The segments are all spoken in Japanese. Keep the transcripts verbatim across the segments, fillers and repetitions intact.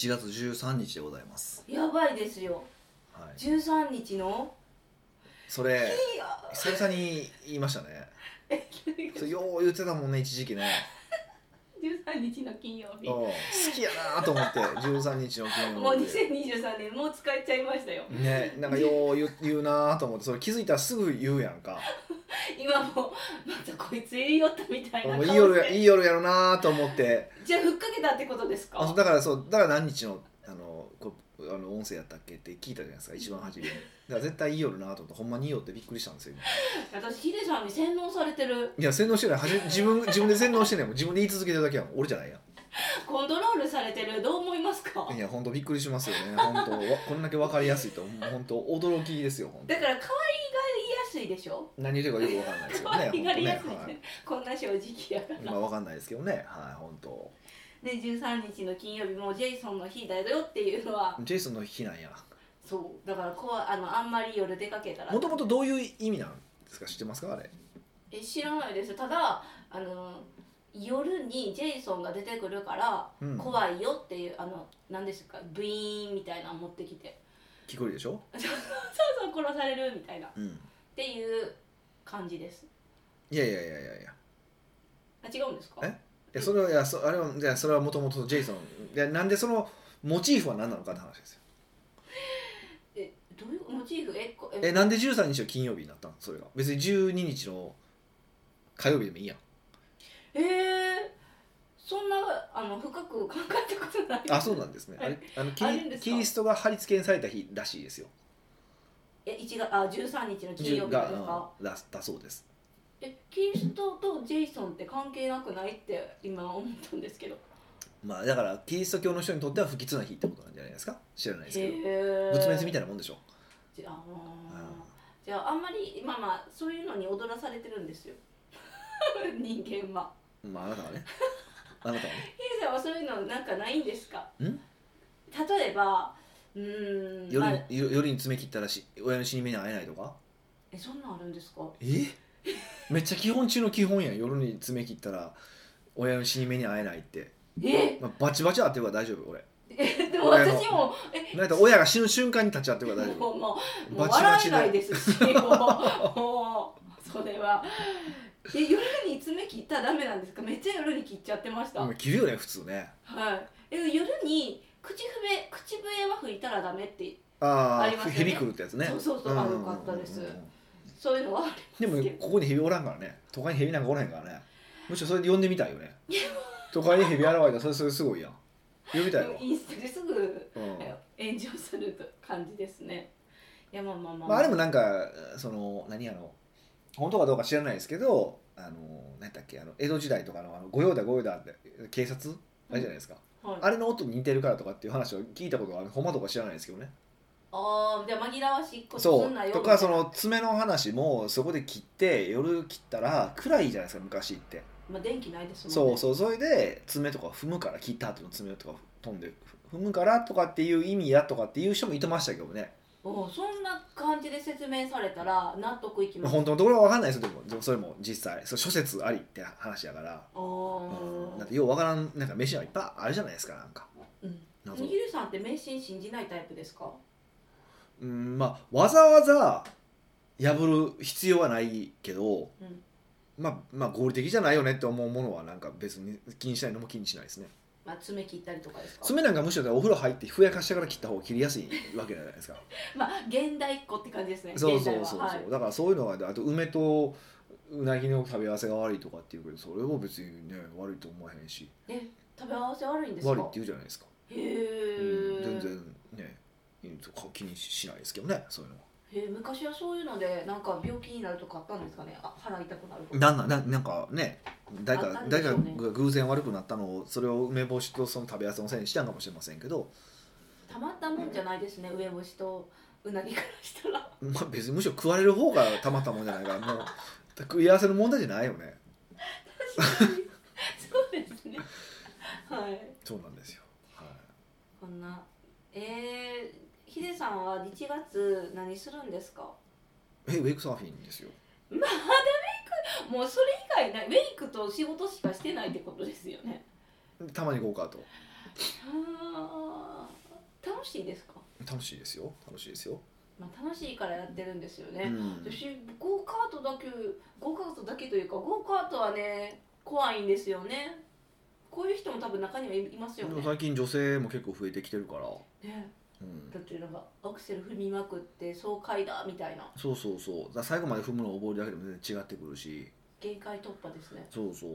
ちがつじゅうさんにちでございます。 やばいですよ、はい、じゅうさんにちのそれ久々に言いましたね。それよう言ってたもんね、一時期ね。 じゅうさんにちの金曜日好きやなと思ってじゅうさんにちの金曜日もうにせんにじゅうさんねんもう使っちゃいましたよね。なんかよう言う、言うなと思って、それ気づいたらすぐ言うやんか。 今もまたこいつ言いよったみたいな顔して、 いい夜や、いい夜やろなと思って。じゃあふっかけたってことですか。 あ、だからそうだから何日のあのこあの音声やったっけって聞いたじゃないですか、一番初めに。だから絶対いい夜なと思って、ほんまにいいよってびっくりしたんですよ。 私ヒデさんに洗脳されてる。 いや洗脳してない、はじ自分自分で洗脳してないもん。自分で言い続けてるだけやん。俺じゃないやん。 コントロールされてる。どう思いますか。 いや本当びっくりしますよね。本当こんだけ分かりやすいと本当驚きですよ。本当だから可愛がりやすいでしょ。 何言ってるかよく分かんないですよね。 可愛がりやすい、ねはい、 こんな正直やから。 まあ分かんないですけどね。はい本当。 でじゅうさんにちの金曜日もジェイソンの日だよっていうのは。 ジェイソンの日なんや。 そうだからこうあのあんまり夜出かけたら。 もともとどういう意味なんですか、知ってますかあれ。 え知らないです。ただあの夜にジェイソンが出てくるから怖いよっていう、うん、あの何ですかブイーンみたいなの持ってきて聞こえるでしょ。 そうそう殺されるみたいな、うん、っていう感じです。 いやいやいやいやいや。 あ違うんですか。 えいやそれは、いやそあれは、いやそれはもともとジェイソン、いやなんでそのモチーフは何なのかって話ですよ。 えどういうモチーフ。えええなんでじゅうさんにちの金曜日になったの。それが別にじゅうににちの火曜日でもいいやん。 えー、そんなあの深く考えたことない。 あそうなんですね。あれあのキリキリストが貼り付けにされた日らしいですよ。 えいちがつあじゅうさんにちの金曜日ですか。 だだそうです。 えキリストとジェイソンって関係なくないって今思ったんですけど。 まあだからキリスト教の人にとっては不吉な日ってことなんじゃないですか。知らないですけど仏滅みたいなもんでしょ。 じゃあ、じゃああんまりまあまあそういうのに踊らされてるんですよ人間は。 まああなたはねあなたはねヒデさんはそういうのなんかないんですか。 ん例えばうーん夜に、まあ、夜に爪切ったらし親の死に目に会えないとか。 えそんなんあるんですか。 えめっちゃ基本中の基本やん。夜に爪切ったら親の死に目に会えないって。 え、 まあ、バチバチ会ってるから大丈夫俺。 えでも私もえなんか親が死ぬ瞬間に立ち会ってるから大丈夫。 もうもうもう笑えないですしもうもうそれはえ夜に爪切ったらダメなんですか。めっちゃ夜に切っちゃってました。 切るよね普通ね。 はいえ夜に口笛口笛は吹いたらダメってあありますよね。 蛇来るってやつね。 そうそうそう、あよかったです。そういうのはありますけど。 でもここに蛇おらんからね。都会に蛇なんかおらへんからね。むしろそれで呼んでみたいよね。都会に蛇現れたらそれそれすごいやん。呼びたいわ。 インスタですぐ、うん、炎上する感じですね。いやまあまあまあ、 まあ、あれもなんかその何あの本当かどうか知らないですけど、あの何だっけあの江戸時代とかのあの御用だ御用だって警察あれじゃないですか、うんはい、あれの音に似てるからとかっていう話を聞いたことがある。ほんまとか知らないですけどね。 ああじゃあ紛らわしいことすんなよそうとかその爪の話もそこで切って夜切ったら暗いじゃないですか昔って。 まあ電気ないですもんね。そうそうそれで爪とか踏むから切った後の爪とか飛んで踏むからとかっていう意味やとかっていう人もいてましたけどね。 おそんな感じで説明されたら納得いきます。 本当のところは分かんないですよ。でもそれも実際そ諸説ありって話やから。あ、うん、だってよう分からんなんか迷信はいっぱいあるじゃないですか。なんか、 うん、にぎるさんって迷信信じないタイプですか。 うん、まあわざわざ破る必要はないけど、うん、まあまあ合理的じゃないよねって思うものはなんか別に気にしないのも気にしないですね。 まあ、爪切ったりとかですか。 爪なんかむしろお風呂入ってふやかしてから切った方が切りやすいわけじゃないですかまあ現代っ子って感じですね。 そうそうそうそう、 はい、 だからそういうのがあと梅とうなぎの食べ合わせが悪いとかっていうけど、それは別にね悪いと思わへんし。 え食べ合わせ悪いんですか。 悪いって言うじゃないですか。へえ、うん、全然ね気にしないですけどねそういうのは。 へ昔はそういうのでなんか病気になるとかあったんですかね。あ腹痛くなるとかなんななんかね誰か、ね、誰かが偶然悪くなったのをそれを梅干しとその食べ合わせのせいにしたんかもしれませんけど、 たまったもんじゃないですね梅干しとうなぎからしたら。 まあ別にむしろ食われる方がたまったもんじゃないからもう食い合わせの問題じゃないよね確かにそうですねはいそうなんですよ、はい、 こんなえーヒデさんはいちがつ何するんですか。 えウェイクサーフィンですよ。 まだウェイクもうそれ以外ない。ウェイクと仕事しかしてないってことですよね。 たまにゴーカート。 あ楽しいですか？ 楽しいですよ楽しいですよ。 まあ、楽しいからやってるんですよね、 うん、 私ゴーカートだけゴーカートだけというかゴーカートはね怖いんですよね。こういう人も多分中にはいますよね。 でも最近女性も結構増えてきてるから、 ね、 うん、 だってなんかアクセル踏みまくって爽快だみたいな。 そうそうそう、だから最後まで踏むのを覚えるだけでも全然違ってくるし、 限界突破ですね。 そうそう、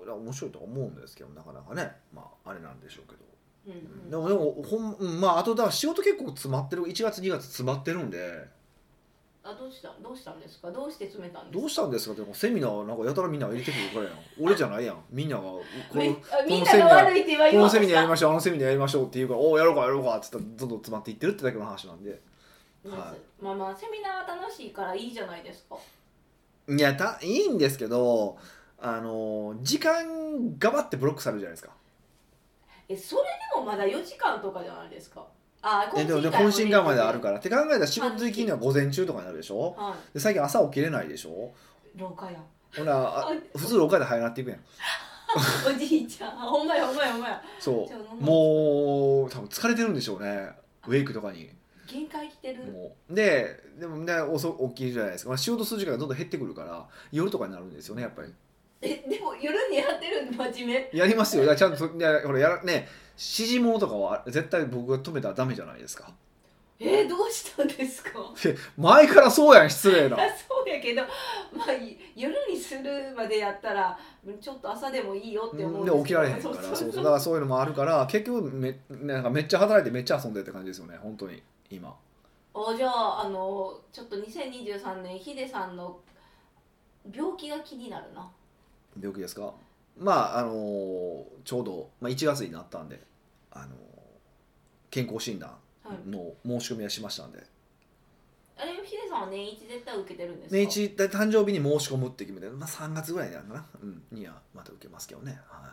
だから面白いと思うんですけど、なかなかね、まああれなんでしょうけど、 うんうん、 でもでもほん、うん、まああとだから仕事結構詰まってる、いちがつにがつ詰まってるんで。 あ、どうしたどうしたんですか？どうして詰めたんですか？ どうしたんですかってセミナーなんかやたらみんな入れてくるからやん。俺じゃないやん。みんながこのみこみんながのセミナ悪いって言わーこのセれました。 ミナーやりましょう、あのセミナーやりましょうって言うから、おおやろうかやろうかって言ったらどんどん詰まっていってるってだけの話なんで。 はい、まあまあセミナー楽しいからいいじゃないですか。 いやたいいんですけど、あの時間がばってブロックされるじゃないですか。 えそれでもまだよじかんとかじゃないですか。あえでも懇親会まであるからって考えたら仕事的には午前中とかになるでしょ、はい、で最近朝起きれないでしょ。 廊下やほら普通廊下で早なっていくやんおじいちゃんほんまやほんまやほんまや。 そうもう多分疲れてるんでしょうね、ウェイクとかに限界来てる。 もうででもね遅起きるじゃないですか、まあ、仕事する時間がどんどん減ってくるから夜とかになるんですよねやっぱり。 えでも夜にやってるんで真面目やりますよ、ちゃんといやほらやらね指示物とかは絶対僕が止めたらダメじゃないですか。 えー、どうしたんですか？ 前からそうやん、失礼なそうやけど、まあ、夜にするまでやったらちょっと朝でもいいよって思うんですけど、 で起きられへんから、そうそうだからそういうのもあるから結局めなんかめっちゃ働いてめっちゃ遊んでって感じですよね本当に今。 あじゃあ、あのちょっとにせんにじゅうさんねんヒデさんの病気が気になるな。 病気ですか？まああのちょうど、まあ、いちがつになったんで、あの健康診断の申し込みはしましたんで、 はい、あれヒデさんは年一絶対受けてるんですか？ 年一で誕生日に申し込むって決めて、まあ、さんがつぐらいになるかな、うん、にはまた受けますけどね、はい、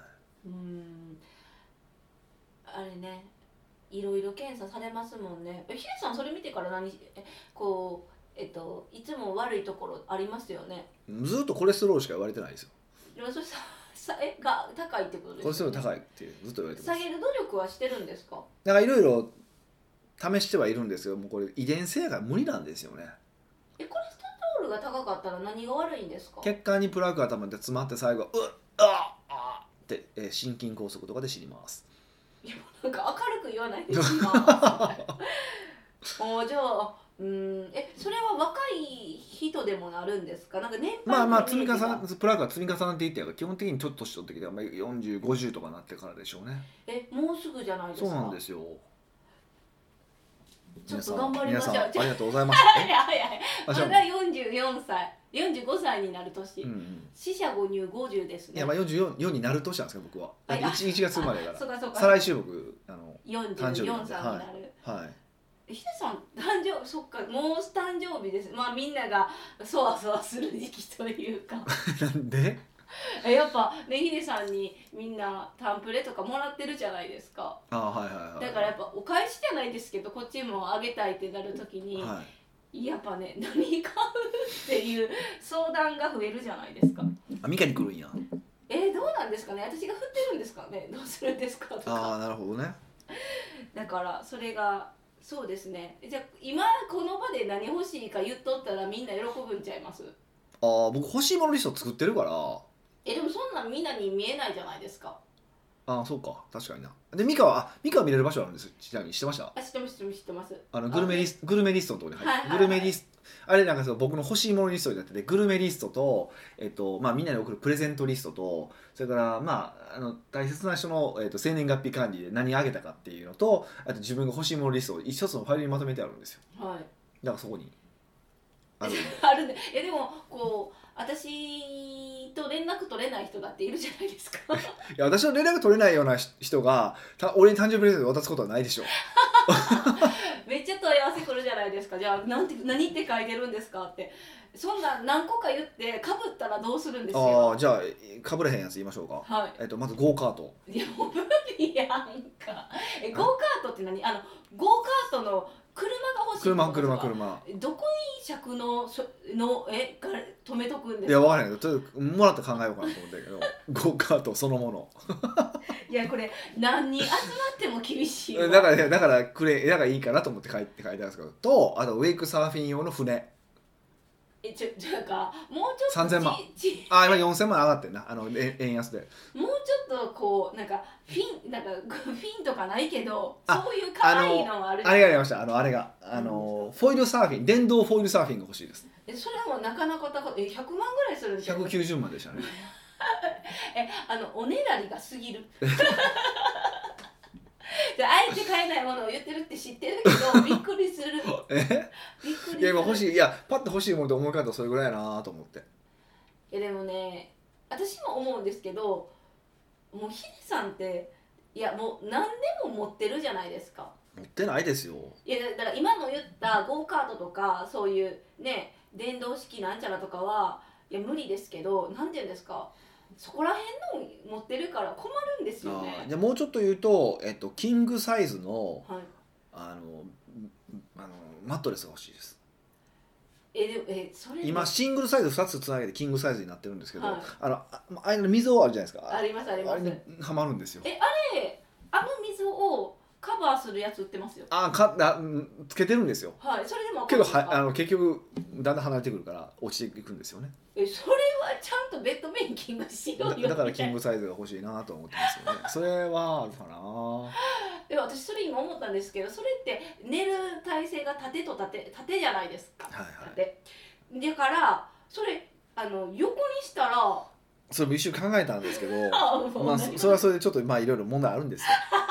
うーんあれねいろいろ検査されますもんね。ヒデさんそれ見てから何えこうえっといつも悪いところありますよね。 ずっとコレステロールしか言われてないですよ。 でもそれささえが高いってことですよね。 コレステロール高いってずっと言われてます。 下げる努力はしてるんですか？ だからいろいろ試してはいるんですけども、これ遺伝性やから無理なんですよね。 えコレステロールが高かったら何が悪いんですか？ 血管にプラークが溜まって詰まって最後うっああって、えー、心筋梗塞とかで死にます。 いやなんか明るく言わないで死にますおじゃあうんえそれは若い人でもなるんですか？なんか年配のまあまあ積み重ねプラークが積み重なっていって基本的にちょっと年取ってきてよんじゅう、ごじゅうとかなってからでしょうね。 えもうすぐじゃないですか？ そうなんですよ。 ちょっと頑張りましょう。 ありがとうございます。 はいはいはい。まだよんじゅうよんさい、よんじゅうごさいになる年。うんうん、四捨五入ごじゅうですね。 いやまあよんじゅうよんになる年なんですか僕は。いちがつ生まれだから。 そうかそうか。 再来週僕あのよんじゅうよんさいになる。 はい。はいヒデさん誕生そっかもう誕生日です。まあみんながそわそわする時期というか。 なんで？ えやっぱねヒデさんにみんなタンプレとかもらってるじゃないですか。 あはいはいはい。 だからやっぱお返しじゃないですけどこっちもあげたいってなるときに、はい、やっぱね何買うっていう相談が増えるじゃないですか。 あミカに来るんや。 えー、どうなんですかね。私が振ってるんですかね。どうするんですかとか。 ああなるほどね。 だからそれがそうですね。じゃあ今この場で何欲しいか言っとったらみんな喜ぶんちゃいます？ ああ僕欲しいものリスト作ってるから。 えでもそんなんみんなに見えないじゃないですか。 ああそうか確かにな。でミカはあミカは見れる場所あるんです。ちなみに知ってました？ あ知ってます知ってます。 あのグルメリストグルメリストのところに入って、はいはいはい、グルメリストあれなんかその僕の欲しいものリストになっててグルメリストと、えっとまあ、みんなに送るプレゼントリストとそれからまああの大切な人の、えっと、生年月日管理で何あげたかっていうのとあと自分が欲しいものリストを一つのファイルにまとめてあるんですよ。 はい。 だからそこにあるんで。 あるんでえでもこう私と連絡取れない人だっているじゃないですか。いや私の連絡取れないような人がた俺に誕生日プレゼント渡すことはないでしょ。 めっちゃ問い合わせ来るじゃないですか。じゃあなんて何って書いてるんですかってそんな何個か言ってかぶったらどうするんですよ。 ああじゃあかぶれへんやつ言いましょうか。 はい。 えっとまずゴーカート。 いやもう無理やんか。えゴーカートって何？あのゴーカートの車が欲しい。 車車車。 どこに尺のそのえが止めとくんですか。 いや分からないけど、とりあえずもらって考えようかなと思ったけどゴーカートそのものいやこれ何人集まっても厳しいわ。 だからだからくれだからいいかなと思って書いて書いてあるんですけど、とあとウェイクサーフィン用の船えちょちょなんかもうちょっとさんぜんまんちちあ今よんせんまん上がってんな、あのえ円安で。 もうちょっとこうなんかフィンなんかフィンとかないけどあそういう可愛いのがあるじゃん。 あれがありました、あのあれがあの、うん、フォイルサーフィン電動フォイルサーフィンが欲しいです。 えそれもなかなか高い。えひゃくまんぐらいするんですよ。 ひゃくきゅうじゅうまんでしたねえあのおねだりが過ぎるであえて買えないものを言ってるって知ってるけどびっくりするえびっくりする。 いや今欲しい、いやパッと欲しいものと思い浮かんだらそれぐらいやなと思って。 えでもね私も思うんですけど、もうヒデさんっていやもう何でも持ってるじゃないですか。 持ってないですよ。 いやだから今の言ったゴーカートとかそういうね電動式なんちゃらとかはいや無理ですけど、なんていうんですか、そこら辺の持ってるから困るんですよね。 あじゃあもうちょっと言うと、えっと、キングサイズの、 はい、 あのあのマットレスが欲しいです。 えでもえそれ今シングルサイズふたつつなげてキングサイズになってるんですけど、 はい、 あのあ間の溝あるじゃないですか。 ありますあります。 あれにはまるんですよ。 えあれあの溝をカバーするやつ売ってますよ。 あかあつけてるんですよ。 はい、それでもけどはあの結局だんだん離れてくるから落ちていくんですよね。 えそれはちゃんとベッドメイキングしようよ。 だからキングサイズが欲しいなと思ってますよね。それはあるかな。 でも私それ今思ったんですけど、それって寝る体勢が縦と縦縦じゃないですか。 はいはい。 縦だからそれあの横にしたらそれも一瞬考えたんですけどあまあそれはそれでちょっとまあいろいろ問題あるんですよ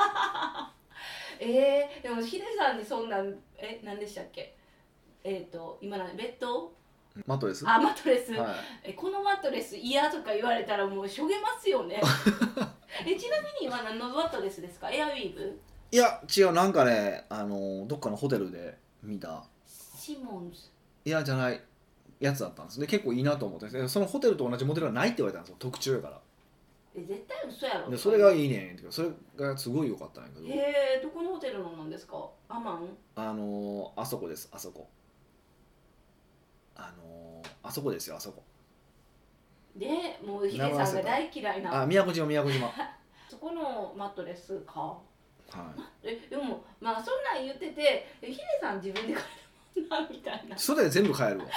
えー、でもヒデさんにそんなんえ何でしたっけ、えっ、ー、と今のベッドマットレスあマットレス、 はい、 えこのマットレス嫌とか言われたらもうしょげますよねえちなみに今何のマットレスですか。エアウィーブ。 いや違う、なんかねあのどっかのホテルで見たシモンズいやじゃないやつだったんですね。結構いいなと思って、そのホテルと同じモデルはないって言われたんですよ、特注やから。 え絶対嘘やろ。 でそれがいいねんって、それがすごい良かったんやけど。 へえどこのホテルのなんですか。アマン。 あのあそこです、あそこあのあそこですよ、あそこでもうヒデさんが大嫌いなあ宮古島宮古島そこのマットレスか。 はい、 えでもまあそんなん言っててヒデさん自分で買えるもんなみたいな。 それで全部買えるわ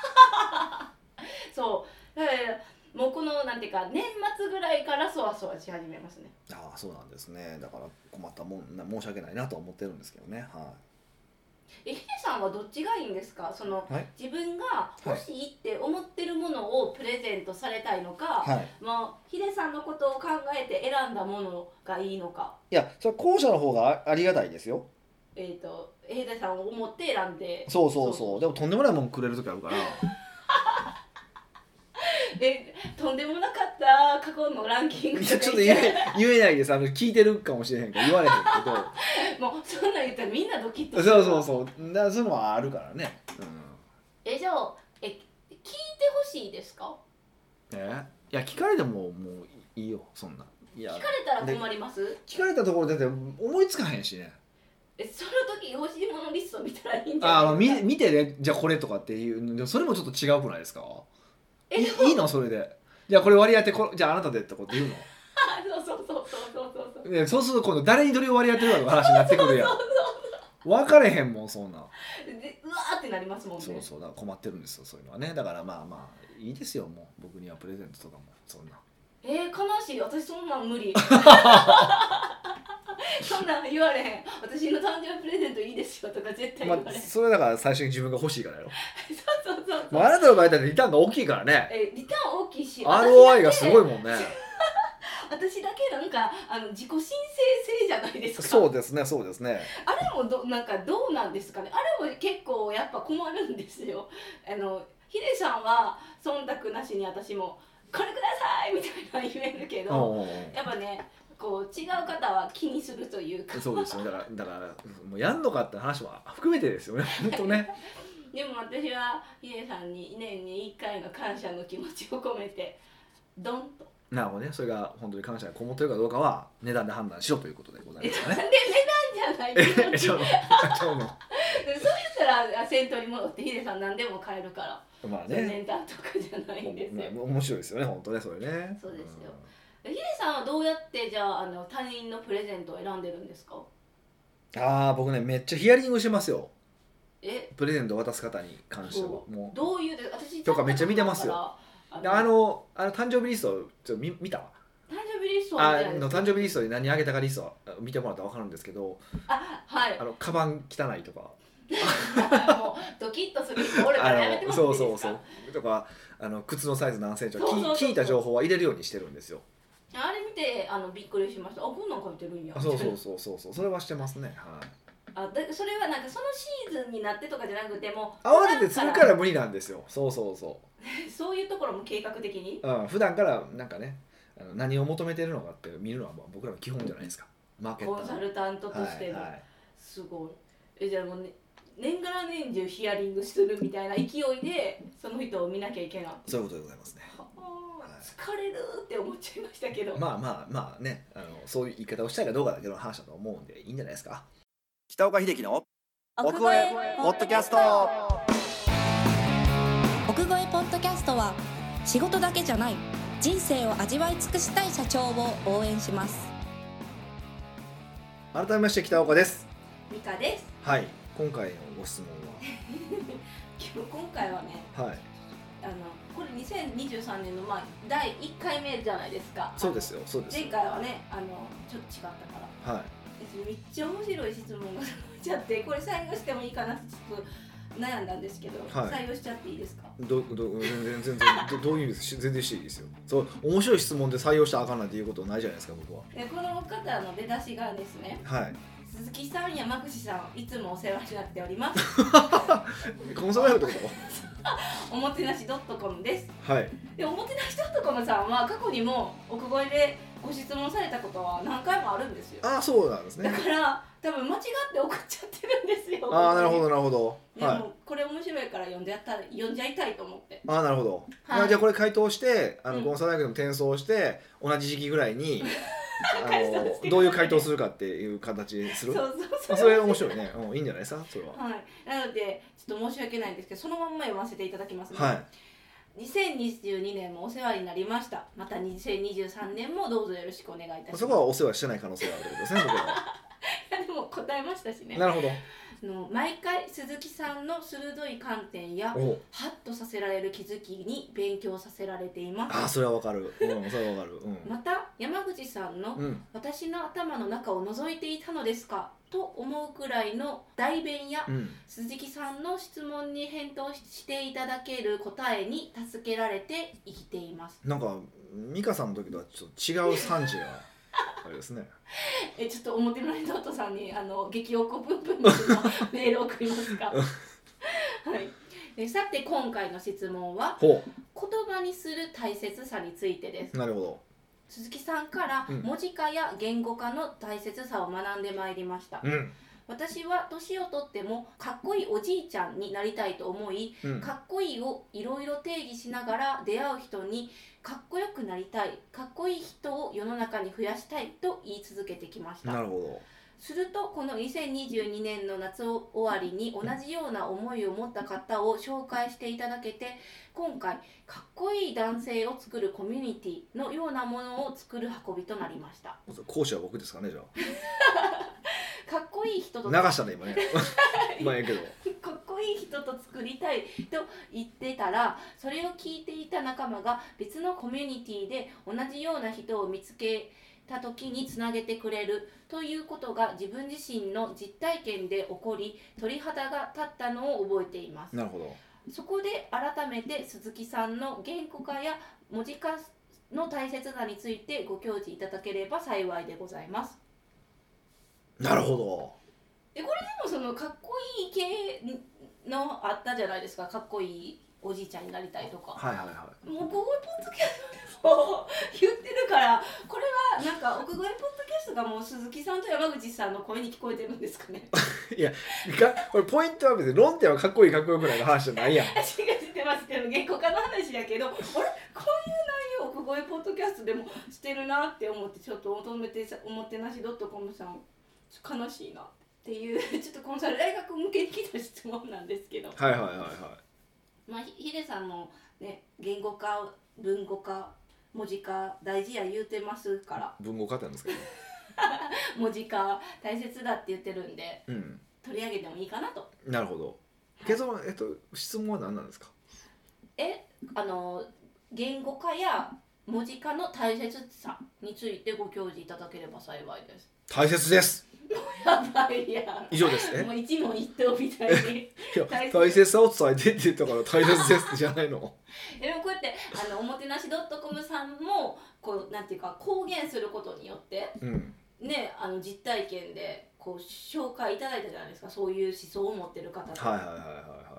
そうだからもうこのなんていうか年末ぐらいからそわそわし始めますね。 ああそうなんですね。だから困ったもんな、申し訳ないなと思ってるんですけどね。はい。 えヒデさんはどっちがいいんですか。その、 はい、 自分が欲しいって思ってるものをプレゼントされたいのか、 はい、 もうヒデさんのことを考えて選んだものがいいのか。 いやそれ後者の方がありがたいですよ。 えっ、ー、とヒデさんを思って選んで。 そうそうそう、そうでもとんでもないもんくれる時あるからえとんでもなかった過去のランキングとかちょっと言え言えないです。あの聞いてるかもしれへんから言われへんけどもうそんなん言ったらみんなドキッとどそうそうそうだそういうのはあるからね、うん、 えじゃあえ聞いてほしいですか。 えいや聞かれてももういいよそんな。いや聞かれたら困ります。 聞かれたところでだって思いつかへんしね。えその時欲しいものリスト見たらいいんじゃないですか。 ああ見見てね、じゃあこれとかっていうでそれもちょっと違うくないですか。いいいのそれでじゃあこれ割り当てこじゃああなたでってこと言うのそうそうそうそうそうそうね、そうすると今度誰にどれを割り当てるかの話になってくるやん。分かれへんもんそんなんでうわーってなりますもんね。 そうそうだから困ってるんですよそういうのはね。だからまあまあいいですよ、もう僕にはプレゼントとかもそんな。 えー、悲しい。私そんなん無理そんなん言われへん。私の誕生日プレゼントいいですよとか絶対言われへん、 まあ、それだから最初に自分が欲しいからよそうそうそうそう、 まあ、あなたの場合だってリターンが大きいからね。 えリターン大きいしアールオーアイ がすごいもんね私だけなんかあの自己申請制じゃないですか。 そうですねそうですね。 あれもどなんかどうなんですかね。あれも結構やっぱ困るんですよ。あのヒデさんは忖度なしに私もこれくださいみたいな言えるけど、やっぱねこう違う方は気にするというか。 そうですよ。だからだからもうやんのかって話は含めてですよね本当ねでも私はヒデさんに年にいっかいの感謝の気持ちを込めてドンと。 なるほどね。それが本当に感謝がこもってるかどうかは値段で判断しろということでございますかね。 なんで値段じゃない気持ちそう言ったらああ戦闘に戻ってヒデさん何でも買えるから、 まあね、 年単とかじゃないんですよ、 まあ、面白いですよね本当ねそれね。 そうですよ、うん、ヒデさんはどうやってじゃあ、あの他人のプレゼントを選んでるんですか？ああ僕ねめっちゃヒアリングしてますよ。 えプレゼント渡す方に関してはもうどういうで私とかめっちゃ見てますよ。あのあのあの誕生日リストちょっと 見, 見た誕生日リストあの誕生日リストで何あげたかリスト見てもらったら分かるんですけど、 あはいあのカバン汚いとかもうドキッとする人おるからやめてもらっていいですか？そうそうそうとかあの靴のサイズ何センチとか聞いた情報は入れるようにしてるんですよ。 あれ見てあのびっくりしました。あこんなん書いてるんや。 そうそうそうそうそうそれはしてますね。はい。 あでそれはなんかそのシーズンになってとかじゃなくても慌ててするから無理なんですよ。そうそうそうそういうところも計画的に、 うん、普段からなんかねあの何を求めてるのかって見るのは僕らの基本じゃないですか。マーケットコンサルタントとしての、はいはい、すごいえじゃあもう、ね、年がら年中ヒアリングするみたいな勢いでその人を見なきゃいけない。 そういうことでございますね。 疲れるって思っちゃいましたけど、 まあまあまあねあのそういう言い方をしたいかどうかだけの話だと思うんでいいんじゃないですか。北岡秀樹の奥越えポッドキャスト。 奥越えポッドキャストは仕事だけじゃない人生を味わい尽くしたい社長を応援します。 改めまして北岡です。 美香です。 はい、今回のご質問は今回はね、 はい、 あのこれにせんにじゅうさんねんの、まあ、だいいっかいめじゃないですか。 そうですよそうですよ。 前回はねあのちょっと違ったから、はい、めっちゃ面白い質問が来ちゃってこれ採用してもいいかなってちょっと悩んだんですけど、はい、採用しちゃっていいですか？ どど全然全然どどういう意味です全然していいですよ。そう面白い質問で採用したらあかんなんていうことないじゃないですか僕は。 この方の出だしがですね、 はい、 鈴木さん山口さんいつもお世話になっておりますコンサルタントってことおもてなし .com です。 はい。 でおもてなし .com さんは過去にも奥越えでご質問されたことは何回もあるんですよ。 ああそうなんですね。 だから多分間違って送っちゃってるんですよ。 ああなるほどなるほど。 でも、はい、これ面白いから読んじゃった読んじゃいたいと思って。 ああなるほど。はい、じゃあこれ回答してあの、うん、コンサル大学でも転送して同じ時期ぐらいにあのどういう回答するかっていう形にする。そうそうそう。それ面白いね。うんいいんじゃないですかそれは。 はい。なのでちょっと申し訳ないんですけどそのまんま読ませていただきますね。 はい。 にせんにじゅうにねんもお世話になりました。またにせんにじゅうさんねんもどうぞよろしくお願いいたします。 そこはお世話してない可能性があるということですね。僕は。 いやでも答えましたしね。 なるほど。 の毎回鈴木さんの鋭い観点やハッとさせられる気づきに勉強させられています。 ああそれはわかる。うんそれはわかる。うん、 また山口さんの、うん、私の頭の中を覗いていたのですかと思うくらいの代弁や、うん、鈴木さんの質問に返答していただける答えに助けられて生きています。 なんか美香さんの時とはちょっと違う産地があれですね。 えちょっと表村ノートさんにあの激おこぷんぷんのメールを送りますか。はい。でさて今回の質問は言葉にする大切さについてです。 なるほど。 鈴木さんから文字化や言語化の大切さを学んでまいりました。うん、私は年をとってもかっこいいおじいちゃんになりたいと思い、うん、かっこいいをいろいろ定義しながら出会う人にかっこよくなりたい、かっこいい人を世の中に増やしたいと言い続けてきました。 なるほど。 するとこのにせんにじゅうにねんの夏終わりに同じような思いを持った方を紹介していただけて、今回かっこいい男性を作るコミュニティのようなものを作る運びとなりました。 講師は僕ですかねじゃあかっこいい人と流したね今ねまあいいけどかっこいい人と作りたいと言ってたら、それを聞いていた仲間が別のコミュニティで同じような人を見つけた時につなげてくれるということが自分自身の実体験で起こり、鳥肌が立ったのを覚えています。 なるほど。 そこで改めて鈴木さんの言語化や文字化の大切さについてご教示いただければ幸いでございます。 なるほど。 えこれでもそのかっこいい系のあったじゃないですか。かっこいいおじいちゃんになりたいとか。 はいはいはい。 もうここポッドキャストを言ってるから、これはなんか奥越えポッドキャストがもう鈴木さんと山口さんの声に聞こえてるんですかね。 いやこれポイントは別に論点はかっこいいかっこよくないの話じゃないやん。 違う知ってますけど言語化の話やけど、あれこういう内容奥越えポッドキャストでもしてるなって思ってちょっと求めておもてなし .com さん悲しいなって。 っていうちょっとコンサル大学向けに来た質問なんですけど、 はいはいはいはまあ、ヒデさんもね言語化文語化文字化大事や言うてますから。 文語化ってなんですかね文字化大切だって言ってるんで、 うん、 取り上げてもいいかなと。 なるほど。けど、えっと、質問は何なんですか。 えあの言語化や文字化の大切さについてご教示いただければ幸いです。 大切です。 やばいやん。 以上ですね。 もう一問一答みたいにいや大切さを伝えてって言ったから大切ですじゃないの。 でもこうやってあのおもてなし .com さんもこうなんていうか公言することによって、うん、ねあの実体験でこう紹介いただいたじゃないですか、そういう思想を持ってる方が。 はいはいはいはいはい。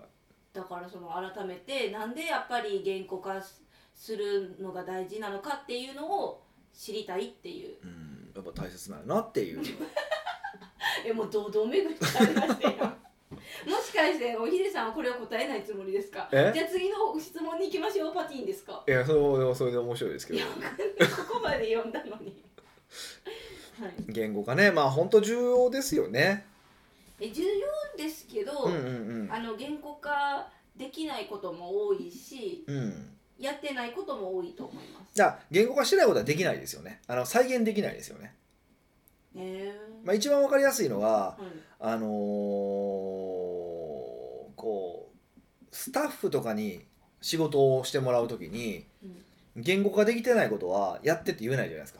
だからその改めてなんでやっぱり言語化するのが大事なのかっていうのを知りたいっていう。 うん、やっぱ大切なんやなっていう。 えもう堂々巡りされましたよ。もしかしておひでさんはこれを答えないつもりですか。じゃあ次の質問に行きましょう。パティーンですか。 いやそれそれで面白いですけど。 ここまで読んだのに。 はい、言語化ね、まあ本当重要ですよね。 え重要ですけど、うんうんうん、あの言語化できないことも多いし、うん、やってないことも多いと思います。 じゃあ言語化しないことはできないですよね。あの再現できないですよね。えーまあ、一番わかりやすいのは、うん、あのー、こうスタッフとかに仕事をしてもらうときに、うん、言語化できてないことはやってって言えないじゃないですか。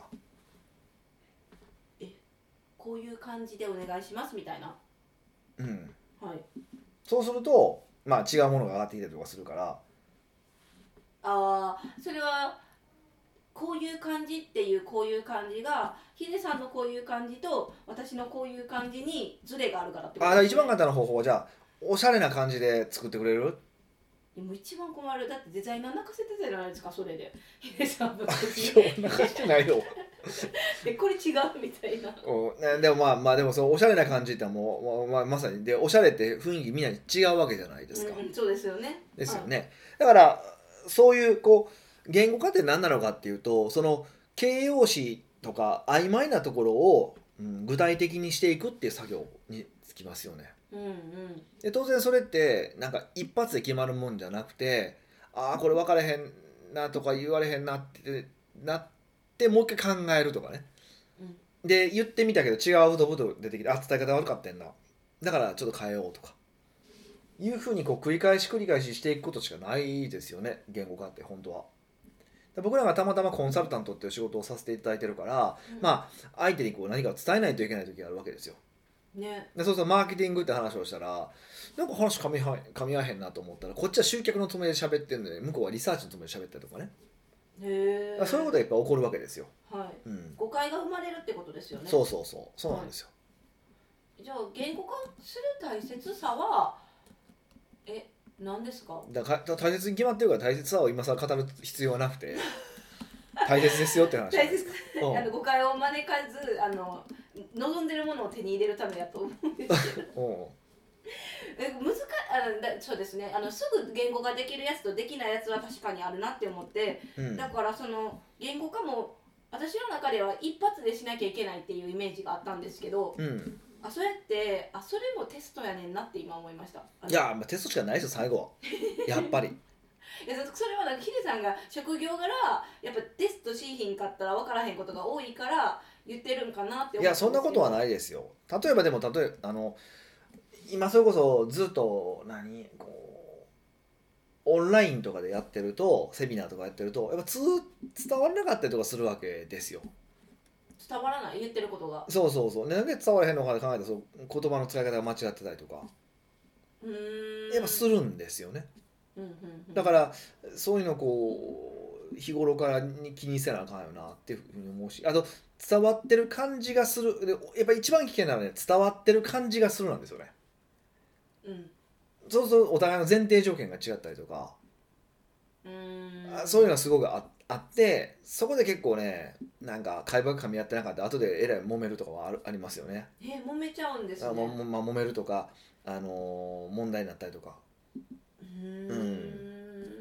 えこういう感じでお願いしますみたいな。 うん、はい、そうすると、まあ、違うものが上がってきたりとかするから。 ああそれはこういう感じっていうこういう感じがヒデさんのこういう感じと私のこういう感じにズレがあるからってことですね。あ一番簡単な方法はじゃあおしゃれな感じで作ってくれる。 もう一番困る。だってデザイナー泣かせてたじゃないですかそれで。ヒデさんの泣かしてないよ。 えこれ違うみたいな。 おでもまあまあでもそのおしゃれな感じってもう、まあ、まさにでおしゃれって雰囲気みんなに違うわけじゃないですか。 うん、そうですよね。 ですよね。だからそういうこう言語化って何なのかっていうとその形容詞とか曖昧なところを、うん、具体的にしていくっていう作業につきますよね。うんうん、で当然それってなんか一発で決まるもんじゃなくてああこれ分かれへんなとか言われへんなってなってもう一回考えるとかね、うん、で言ってみたけど違うブトブト出てきてあ伝え方悪かったんなだからちょっと変えようとかいうふうにこう繰り返し繰り返ししていくことしかないですよね言語化って本当は。僕らがたまたまコンサルタントっていう仕事をさせていただいてるから、うん、まあ相手にこう何かを伝えないといけない時があるわけですよ。ね、でそうするとマーケティングって話をしたらなんか話噛み合噛み合わへんなと思ったらこっちは集客のつもりで喋ってるので向こうはリサーチのつもりで喋ったりとかね。へそういうことがやっぱ起こるわけですよ。 はい、うん、誤解が生まれるってことですよね。 そうそうそうそうなんですよ。 はい、じゃあ言語化する大切さはえ何ですか。 だから大切に決まってるから大切さを今更語る必要はなくて大切ですよって話大切、うん、あの誤解を招かずあの望んでるものを手に入れるためやと思うんですけどえ難しあのだそうですねあのすぐ言語ができるやつとできないやつは確かにあるなって思って、うん、だからその言語化も私の中では一発でしなきゃいけないっていうイメージがあったんですけど、うん、あそれってあそれもテストやねんなって今思いました。 いや、まあ、テストしかないですよ最後やっぱりいやそれはなんかヒデさんが職業柄やっぱテストしひんかったら分からへんことが多いから言ってるんかなって思うんですけど。 いやそんなことはないですよ。例えばでも例えあの今それこそずっと何こうオンラインとかでやってるとセミナーとかやってるとやっぱつ伝わらなかったりとかするわけですよ。 伝わらない言ってることが。 そうそうそう。なんで伝わらへんのかで考えたらそう言葉の使い方が間違ってたりとかうーんやっぱするんですよね。うんうんうん、だからそういうのをこう日頃からに気にせなあかんよなっていうふうに思うしあと伝わってる感じがするやっぱ一番危険なのはね伝わってる感じがするなんですよね。うん、そうするとお互いの前提条件が違ったりとかうーんそういうのがすごく あ, あってそこで結構ねなんか会話が噛み合ってなかった後でえらい揉めるとかは あ, るありますよね。 え揉めちゃうんですね。 あ、まま、揉めるとか、あのー、問題になったりとかうーん、うん、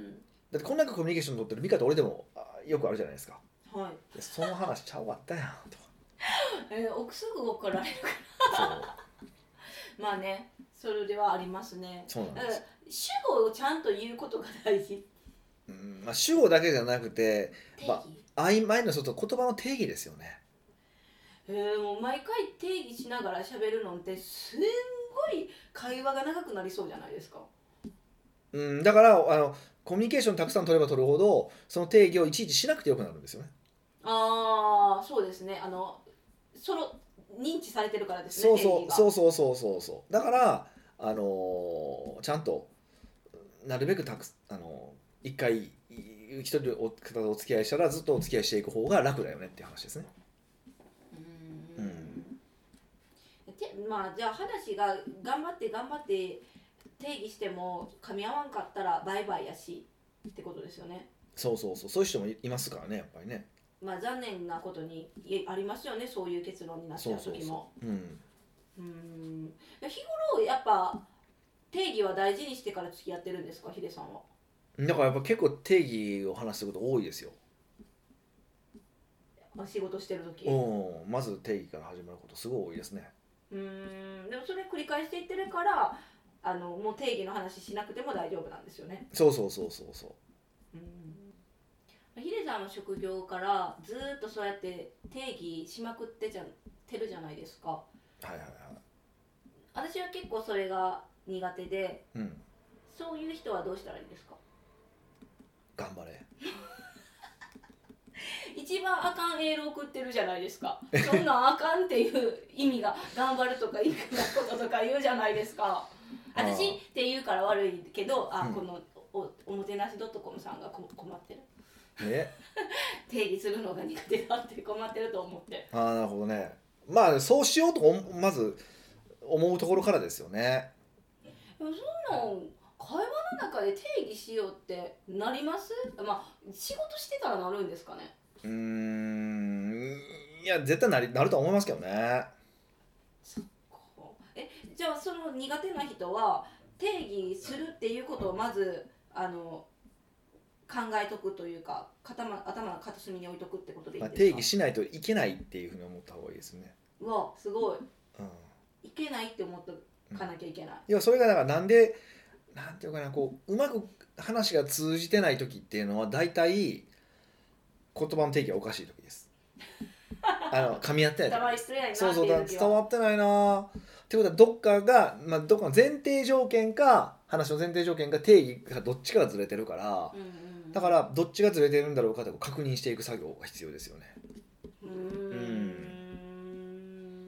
だってこんなコミュニケーション取ってる美香と俺でもよくあるじゃないですか。はい。その話ちゃうわったやんとかえー、奥すぐ怒られるからまあね、それではありますね。 そうなんです。 主語をちゃんと言うことが大事。 うん、まあ、主語だけじゃなくて、まあ、曖昧なちょっと言葉の定義ですよね。 えー、もう毎回定義しながら喋るのってすんごい会話が長くなりそうじゃないですか。 うん、だからあのコミュニケーションたくさん取れば取るほどその定義をいちいちしなくてよくなるんですよね。 ああ、そうですね。あのその認知されてるからですね。 そうそうそうそうそうそうそう。だからあのー、ちゃんとなるべくたくあのー、一回一人でお方とお付き合いしたらずっとお付き合いしていく方が楽だよねっていう話ですね。 うん。うん。でまあじゃあ話が頑張って頑張って定義しても噛み合わんかったらバイバイやしってことですよね。 そうそうそう、そういう人もいますからね、やっぱりね。 まあ残念なことにありますよね、そういう結論になっちゃう時も。そうそうそう、うん、うん。日頃やっぱ定義は大事にしてから付き合ってるんですか、ヒデさんは。 だからやっぱ結構定義を話すこと多いですよ。 仕事してる時。 うん、まず定義から始まることすごい多いですね。 うん。でもそれ繰り返していってるからあのもう定義の話しなくても大丈夫なんですよね。 そうそうそうそうそう。 うん。ヒデさんの職業からずっとそうやって定義しまくってじゃてるじゃないですか。 はいはいはい。 私は結構それが苦手で、 うん、 そういう人はどうしたらいいんですか。 頑張れ。 一番あかんエール送ってるじゃないですか。そんなんあかんっていう意味が頑張るとかいくなこととか言うじゃないですか。私って言うから悪いけど、あ、うん、この お, おもてなし .com さんがこ困ってる。え定義するのが苦手だって困ってると思って。 ああ、なるほどね。まあそうしようとまず思うところからですよね。 でもそんなん会話の中で定義しようってなります？まあ仕事してたらなるんですかね。 うーん、いや絶対なりなるとは思いますけどね。 そっか。え、じゃあその苦手な人は定義するっていうことをまずあの考えとくというか頭頭の片隅に置いとくってことでいいですか。まあ、 定義しないといけないっていうふうに思った方がいいですね。 うわ、すごい、うん、いけないって思ってかなきゃいけない、うん、 いやそれがだからなんでなんていうかな、こううまく話が通じてない時っていうのは大体言葉の定義がおかしい時です。あの噛み合ってない時。そうそう、だ伝わってないなってことはどっかが、まあ、どっかの前提条件か話の前提条件か定義がどっちかがずれてるから、うんうん、だからどっちがずれてるんだろうかって確認していく作業が必要ですよね。うーん、うん、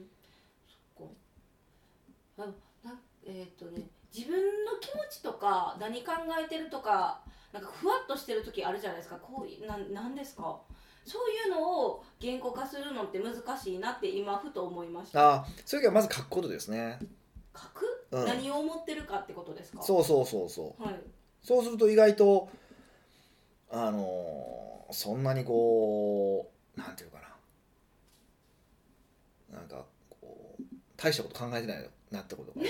そっか。あなえー、っとね自分の気持ちとか何考えてるとかなんかふわっとしてる時あるじゃないですか。こうななんですか。そういうのを言語化するのって難しいなって今ふと思いました。 あ、それがまず書くことですね。 書く、うん、何を思ってるかってことですか。 そうそうそうそう、はい、そうすると意外とあのー、そんなにこうなんていうかな、なんかこう大したこと考えてないなってことが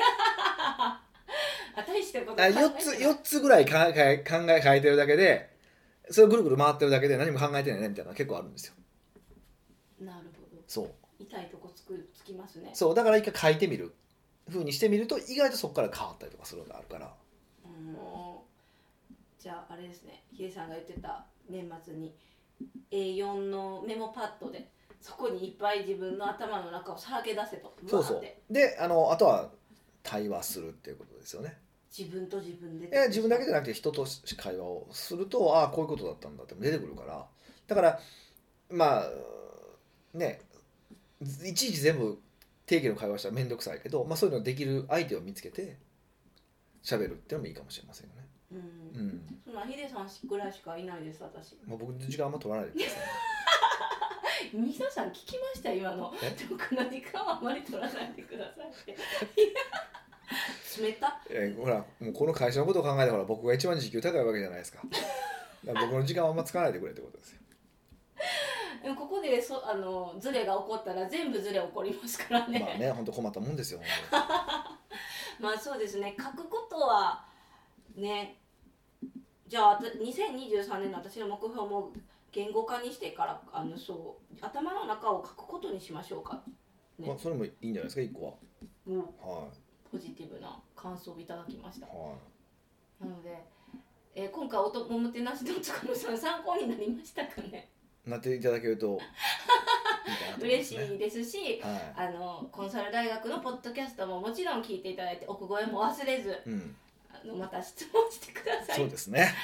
あ、大したこと考えてない。 よっつよっつぐらい考え考え変えてるだけでそれをぐるぐる回ってるだけで何も考えてないねみたいなのが結構あるんですよ。 なるほど。 そう。 痛いとこつくつきますね。 そうだから一回書いてみる風にしてみると意外とそこから変わったりとかするのがあるから。うん。 じゃああれですね。ヒデさんが言ってた年末に エーよん のメモパッドでそこにいっぱい自分の頭の中をさらけ出せと。 そうそう。であのあとは対話するっていうことですよね。 自分と自分で。 いや自分だけじゃなくて人と会話をするとああこういうことだったんだって出てくるから。だからまあねいちいち全部定義の会話したら面倒くさいけど、まあ、そういうのできる相手を見つけて喋るっていうのもいいかもしれませんよね。 うん、うん、そんなヒデさんぐらいしかいないです私。 まあ、僕の時間あんま取らないでください。 皆さん聞きました今の。僕の時間はあまり取らないでくださいって。冷た。 えー、ほらもうこの会社のことを考えたら僕が一番時給高いわけじゃないですか。だから僕の時間はあんま使わないでくれってことですよ。 でもここでそあのズレが起こったら全部ズレ起こりますからね。 まあね本当困ったもんですよ。 まあそうですね。書くことはね。じゃあにせんにじゅうさんねんの私の目標も言語化にしてからあのそう頭の中を書くことにしましょうか、 ね。まあそれもいいんじゃないですか一個は。 うんはい、 ポジティブな感想をいただきました、 はい、なので、えー、今回おとおもてなしの塚野さん参考になりましたかね。 なっていただけると嬉しいですし、 はい、 あのコンサル大学のポッドキャストももちろん聞いていただいて、奥越えも忘れず、うん、あのまた質問してください。 そうですね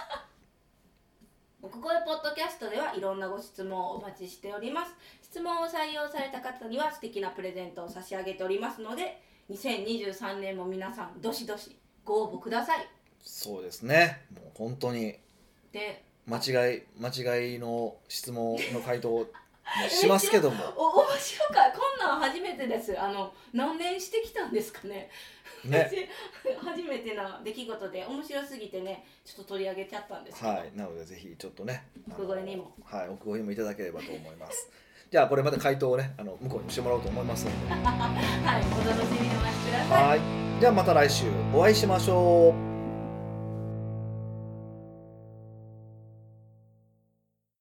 奥越えポッドキャストではいろんなご質問をお待ちしております。質問を採用された方には素敵なプレゼントを差し上げておりますので、にせんにじゅうさんねんも皆さんどしどしご応募ください。 そうですね、もう本当にで間違い間違いの質問の回答をしますけどもお面白かった。こんなん初めてです。あの何年してきたんですかね。ね初めてな出来事で面白すぎてね、ちょっと取り上げちゃったんですけど、 はい、なのでぜひちょっとね奥越えにもはい奥越えにもいただければと思いますじゃあこれまた回答をねあの向こうにしてもらおうと思いますのではい、お楽しみにお待ちください。 はい、じゃあまた来週お会いしましょう。